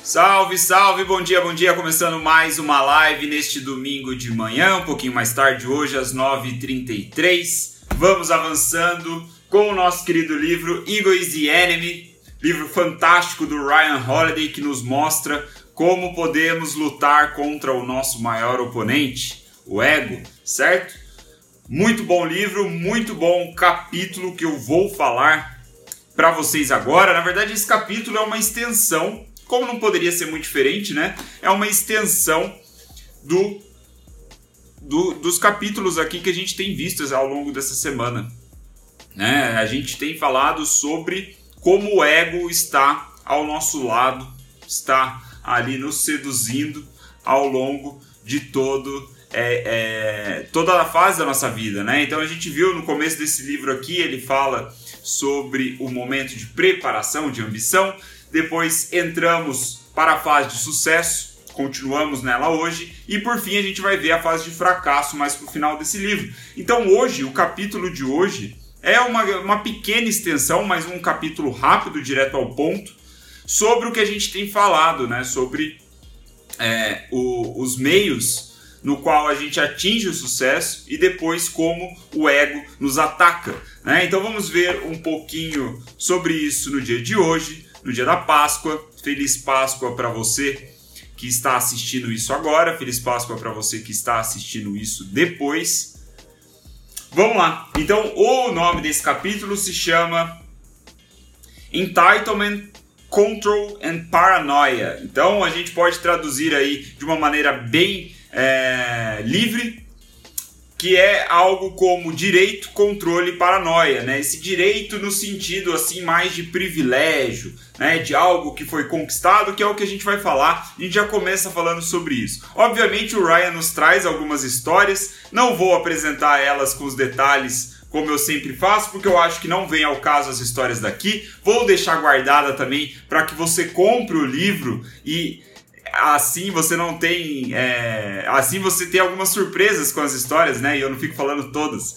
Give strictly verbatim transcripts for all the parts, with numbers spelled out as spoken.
Salve, salve, bom dia, bom dia, começando mais uma live neste domingo de manhã, um pouquinho mais tarde hoje, às nove e trinta e três. Vamos avançando com o nosso querido livro Ego is the Enemy, livro fantástico do Ryan Holiday que nos mostra como podemos lutar contra o nosso maior oponente, o ego, certo? Muito bom livro, muito bom capítulo que eu vou falar para vocês agora. Na verdade, esse capítulo é uma extensão, como não poderia ser muito diferente, né? É uma extensão do, do, dos capítulos aqui que a gente tem visto ao longo dessa semana. Né? A gente tem falado sobre como o ego está ao nosso lado, está ali nos seduzindo ao longo de todo, é, é, toda a fase da nossa vida. Né? Então a gente viu no começo desse livro aqui, ele fala sobre o momento de preparação, de ambição. Depois entramos para a fase de sucesso, continuamos nela hoje, e por fim a gente vai ver a fase de fracasso mais para o final desse livro. Então hoje, o capítulo de hoje é uma, uma pequena extensão, mas um capítulo rápido, direto ao ponto, sobre o que a gente tem falado, né? Sobre é, o, os meios no qual a gente atinge o sucesso e depois como o ego nos ataca. Né? Então vamos ver um pouquinho sobre isso no dia de hoje, no dia da Páscoa. Feliz Páscoa para você que está assistindo isso agora, feliz Páscoa para você que está assistindo isso depois. Vamos lá, então o nome desse capítulo se chama Entitlement, Control and Paranoia. Então a gente pode traduzir aí de uma maneira bem é, livre, que é algo como direito, controle e paranoia, né? Esse direito no sentido assim mais de privilégio, né? De algo que foi conquistado, que é o que a gente vai falar. A gente já começa falando sobre isso. Obviamente o Ryan nos traz algumas histórias, não vou apresentar elas com os detalhes como eu sempre faço, porque eu acho que não vem ao caso as histórias daqui. Vou deixar guardada também para que você compre o livro e assim você não tem é, assim você tem algumas surpresas com as histórias, né? E eu não fico falando todas,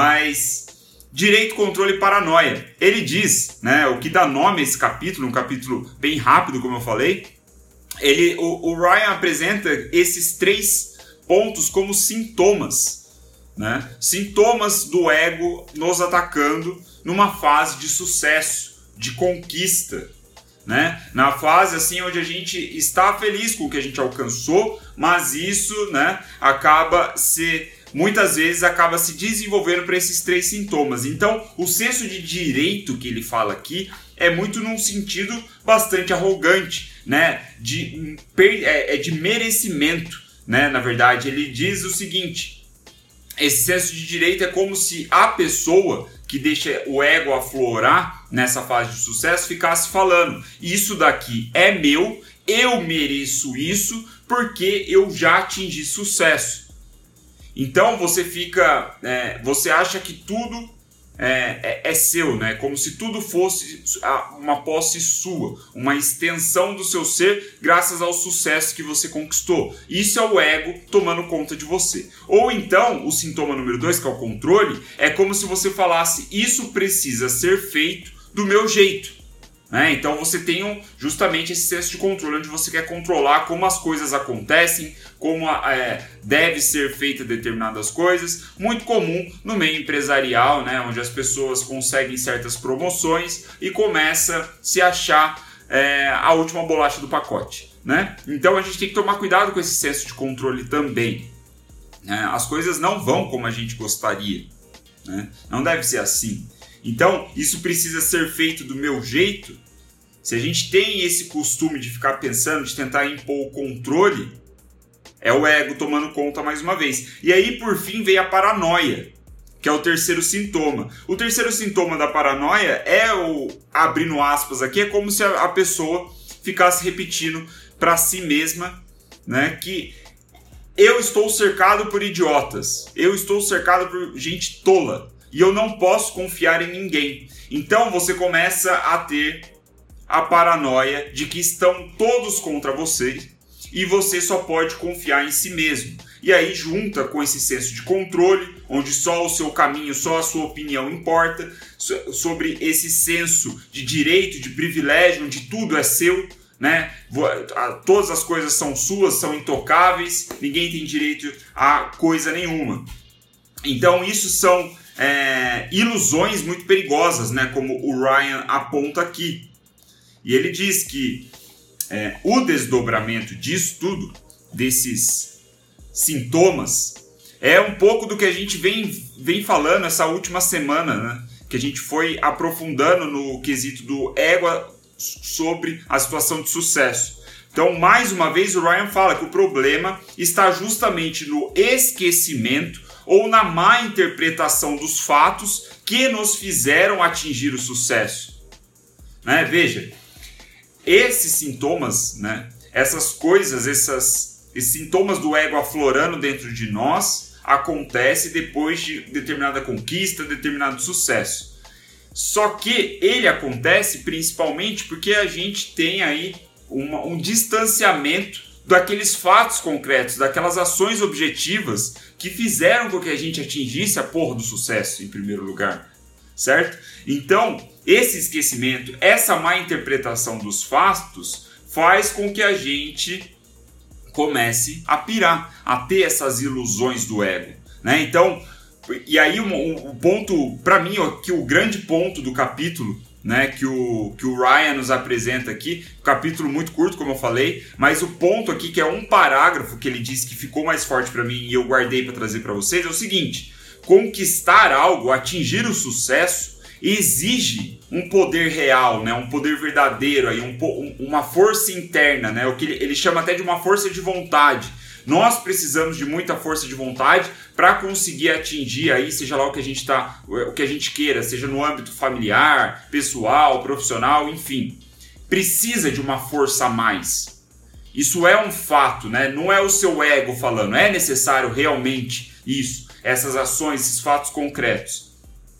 mas direito, controle e paranoia. Ele diz, né, o que dá nome a esse capítulo, um capítulo bem rápido, como eu falei. Ele, o, o Ryan apresenta esses três pontos como sintomas, né? Sintomas do ego nos atacando numa fase de sucesso, de conquista. Né? Na fase assim onde a gente está feliz com o que a gente alcançou, mas isso, né, acaba se muitas vezes acaba se desenvolvendo para esses três sintomas. Então o senso de direito que ele fala aqui é muito num sentido bastante arrogante, né, de, é, de merecimento, né? Na verdade ele diz o seguinte: esse senso de direito é como se a pessoa que deixa o ego aflorar nessa fase de sucesso ficasse falando: isso daqui é meu, eu mereço isso porque eu já atingi sucesso. Então você fica, é, você acha que tudo é, é, é seu, né? Como se tudo fosse uma posse sua, uma extensão do seu ser graças ao sucesso que você conquistou. Isso é o ego tomando conta de você. Ou então, o sintoma número dois, que é o controle, é como se você falasse: isso precisa ser feito do meu jeito. Né? Então você tem um, justamente esse senso de controle, onde você quer controlar como as coisas acontecem, como é, deve ser feita determinadas coisas. Muito comum no meio empresarial, né? Onde as pessoas conseguem certas promoções e começa a se achar é, a última bolacha do pacote. Né? Então a gente tem que tomar cuidado com esse senso de controle também. Né? As coisas não vão como a gente gostaria. Né? Não deve ser assim. Então, isso precisa ser feito do meu jeito. Se a gente tem esse costume de ficar pensando, de tentar impor o controle, é o ego tomando conta mais uma vez. E aí, por fim, vem a paranoia, que é o terceiro sintoma. O terceiro sintoma da paranoia é o, abrindo aspas aqui, é como se a, a pessoa ficasse repetindo para si mesma, né, que eu estou cercado por idiotas, eu estou cercado por gente tola, e eu não posso confiar em ninguém. Então você começa a ter a paranoia de que estão todos contra você e você só pode confiar em si mesmo. E aí junta com esse senso de controle, onde só o seu caminho, só a sua opinião importa, sobre esse senso de direito, de privilégio, onde tudo é seu, né? Todas as coisas são suas, são intocáveis, ninguém tem direito a coisa nenhuma. Então isso são é, ilusões muito perigosas, né? Como o Ryan aponta aqui. E ele diz que é, o desdobramento disso tudo, desses sintomas, é um pouco do que a gente vem, vem falando essa última semana, né? Que a gente foi aprofundando no quesito do ego sobre a situação de sucesso. Então, mais uma vez, o Ryan fala que o problema está justamente no esquecimento ou na má interpretação dos fatos que nos fizeram atingir o sucesso. Né? Veja, esses sintomas, né? Essas coisas, essas, esses sintomas do ego aflorando dentro de nós, acontece depois de determinada conquista, determinado sucesso. Só que ele acontece principalmente porque a gente tem aí uma, um distanciamento daqueles fatos concretos, daquelas ações objetivas que fizeram com que a gente atingisse a porra do sucesso em primeiro lugar, certo? Então, esse esquecimento, essa má interpretação dos fatos faz com que a gente comece a pirar, a ter essas ilusões do ego, né? Então, e aí o, o ponto, para mim, ó, que o grande ponto do capítulo, né, que o, que o Ryan nos apresenta aqui, um capítulo muito curto, como eu falei, mas o ponto aqui, que é um parágrafo que ele disse que ficou mais forte para mim e eu guardei para trazer para vocês, é o seguinte: conquistar algo, atingir o sucesso, exige um poder real, né, um poder verdadeiro, aí, um, uma força interna, né, o que ele, ele chama até de uma força de vontade. Nós precisamos de muita força de vontade para conseguir atingir aí, seja lá o que a gente tá, o que a gente queira, seja no âmbito familiar, pessoal, profissional, enfim. Precisa de uma força a mais. Isso é um fato, né? Não é o seu ego falando, é necessário realmente isso, essas ações, esses fatos concretos.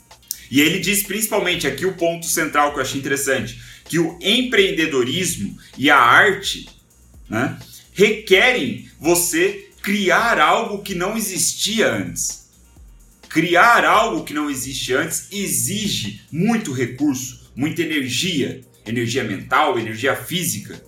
E ele diz principalmente aqui o ponto central que eu achei interessante, que o empreendedorismo e a arte, né, requerem você criar algo que não existia antes. Criar algo que não existe antes exige muito recurso, muita energia, energia mental, energia física.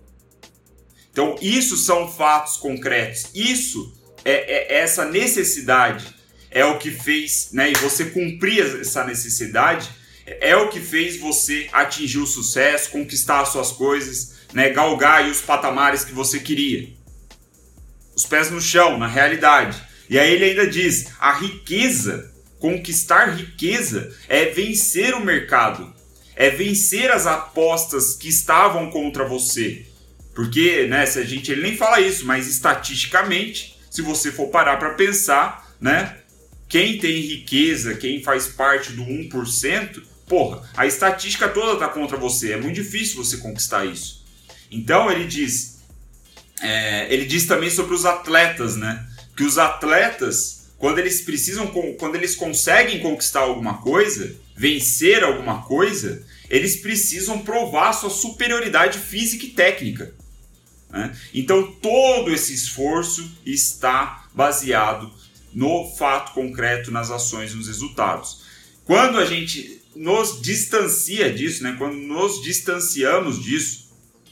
Então isso são fatos concretos, isso é, é essa necessidade, é o que fez, né, e você cumprir essa necessidade, é o que fez você atingir o sucesso, conquistar as suas coisas, né, galgar aí os patamares que você queria. Os pés no chão, na realidade. E aí ele ainda diz, a riqueza, conquistar riqueza é vencer o mercado, é vencer as apostas que estavam contra você. Porque, né, se a gente, ele nem fala isso, mas estatisticamente, se você for parar para pensar, né, quem tem riqueza, quem faz parte do um por cento, porra, a estatística toda está contra você, é muito difícil você conquistar isso. Então ele diz, é, ele diz também sobre os atletas, né? Que os atletas, quando eles precisam, quando eles conseguem conquistar alguma coisa, vencer alguma coisa, eles precisam provar sua superioridade física e técnica, né? Então todo esse esforço está baseado no fato concreto, nas ações, nos resultados. Quando a gente nos distancia disso, né? Quando nos distanciamos disso,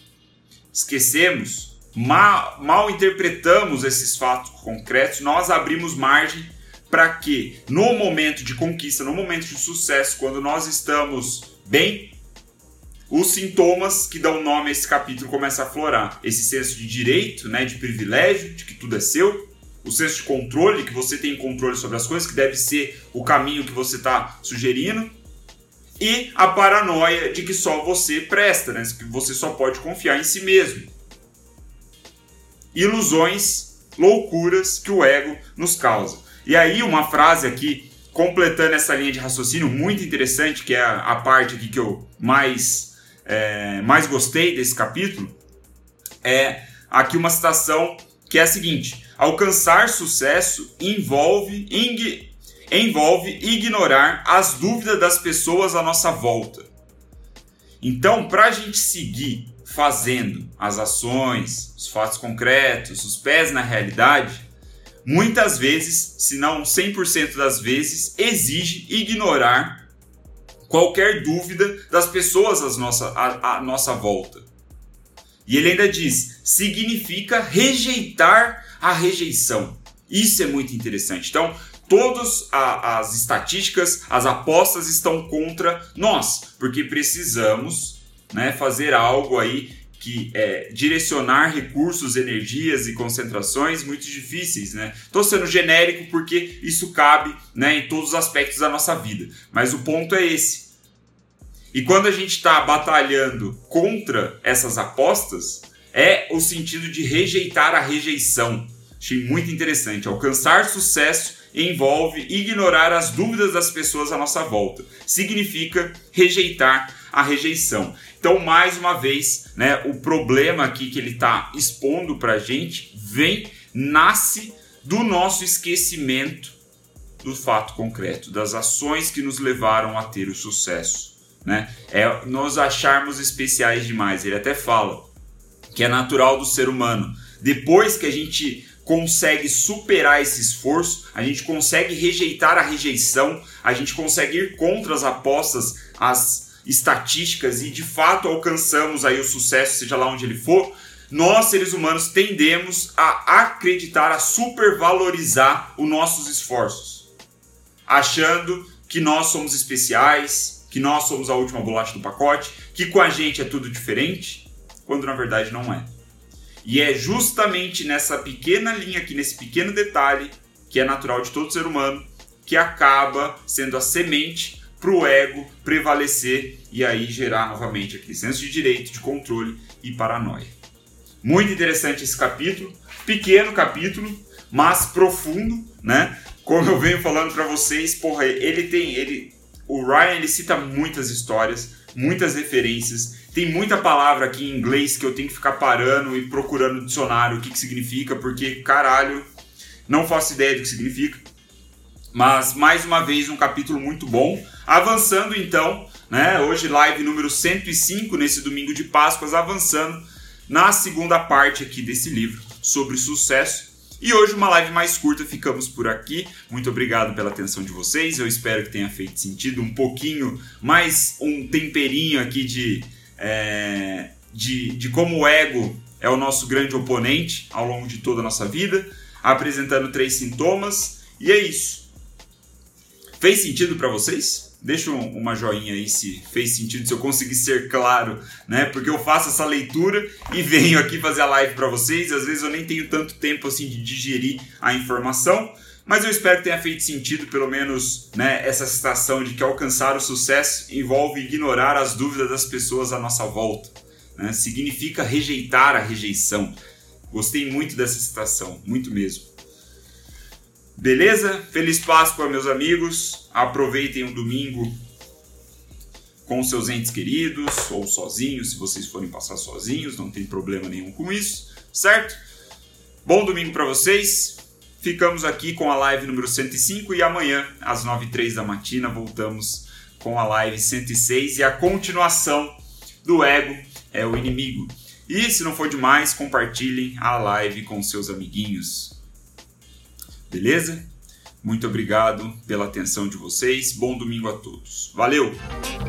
esquecemos, mal, mal interpretamos esses fatos concretos, nós abrimos margem para que no momento de conquista, no momento de sucesso, quando nós estamos bem, os sintomas que dão nome a esse capítulo começam a aflorar. Esse senso de direito, né, de privilégio, de que tudo é seu, o senso de controle, que você tem controle sobre as coisas, que deve ser o caminho que você está sugerindo, e a paranoia de que só você presta, né? Que você só pode confiar em si mesmo. Ilusões, loucuras que o ego nos causa. E aí uma frase aqui, completando essa linha de raciocínio, muito interessante, que é a, a parte aqui que eu mais, é, mais gostei desse capítulo, é aqui uma citação que é a seguinte: alcançar sucesso envolve... Ing, envolve ignorar as dúvidas das pessoas à nossa volta. Então, para a gente seguir fazendo as ações, os fatos concretos, os pés na realidade, muitas vezes, se não cem por cento das vezes, exige ignorar qualquer dúvida das pessoas à nossa, à, à nossa volta. E ele ainda diz, significa rejeitar a rejeição. Isso é muito interessante. Então, todas as estatísticas, as apostas estão contra nós, porque precisamos, né, fazer algo aí que é direcionar recursos, energias e concentrações muito difíceis, né? Estou sendo genérico porque isso cabe, né, em todos os aspectos da nossa vida, mas o ponto é esse. E quando a gente está batalhando contra essas apostas, é o sentido de rejeitar a rejeição. Achei muito interessante. Alcançar sucesso envolve ignorar as dúvidas das pessoas à nossa volta. Significa rejeitar a rejeição. Então, mais uma vez, né, o problema aqui que ele está expondo para a gente vem, nasce do nosso esquecimento do fato concreto, das ações que nos levaram a ter o sucesso. Né? É nós acharmos especiais demais. Ele até fala que é natural do ser humano. Depois que a gente consegue superar esse esforço, a gente consegue rejeitar a rejeição, a gente consegue ir contra as apostas, as estatísticas e de fato alcançamos aí o sucesso, seja lá onde ele for, nós seres humanos tendemos a acreditar, a supervalorizar os nossos esforços, achando que nós somos especiais, que nós somos a última bolacha do pacote, que com a gente é tudo diferente, quando na verdade não é. E é justamente nessa pequena linha aqui, nesse pequeno detalhe, que é natural de todo ser humano, que acaba sendo a semente para o ego prevalecer e aí gerar novamente aquele senso de direito, de controle e paranoia. Muito interessante esse capítulo, pequeno capítulo, mas profundo, né? Como eu venho falando para vocês, porra, ele tem, ele, o Ryan ele cita muitas histórias, muitas referências, tem muita palavra aqui em inglês que eu tenho que ficar parando e procurando no dicionário o que que significa, porque caralho, não faço ideia do que significa. Mas, mais uma vez, um capítulo muito bom. Avançando, então, né? Hoje, live número cento e cinco, nesse domingo de Páscoas, avançando na segunda parte aqui desse livro, sobre sucesso. E hoje, uma live mais curta, ficamos por aqui. Muito obrigado pela atenção de vocês. Eu espero que tenha feito sentido um pouquinho, mais um temperinho aqui de, é, de, de como o ego é o nosso grande oponente ao longo de toda a nossa vida, apresentando três sintomas. E é isso. Fez sentido para vocês? Deixa uma joinha aí se fez sentido, se eu conseguir ser claro, né? Porque eu faço essa leitura e venho aqui fazer a live para vocês. Às vezes eu nem tenho tanto tempo assim de digerir a informação, mas eu espero que tenha feito sentido, pelo menos, né, essa citação de que alcançar o sucesso envolve ignorar as dúvidas das pessoas à nossa volta, né? Significa rejeitar a rejeição. Gostei muito dessa citação, muito mesmo. Beleza? Feliz Páscoa, meus amigos. Aproveitem o domingo com seus entes queridos ou sozinhos, se vocês forem passar sozinhos, não tem problema nenhum com isso, certo? Bom domingo para vocês. Ficamos aqui com a live número cento e cinco e amanhã, às nove e três da matina, voltamos com a live cento e seis e a continuação do ego é o inimigo. E se não for demais, compartilhem a live com seus amiguinhos. Beleza? Muito obrigado pela atenção de vocês. Bom domingo a todos. Valeu!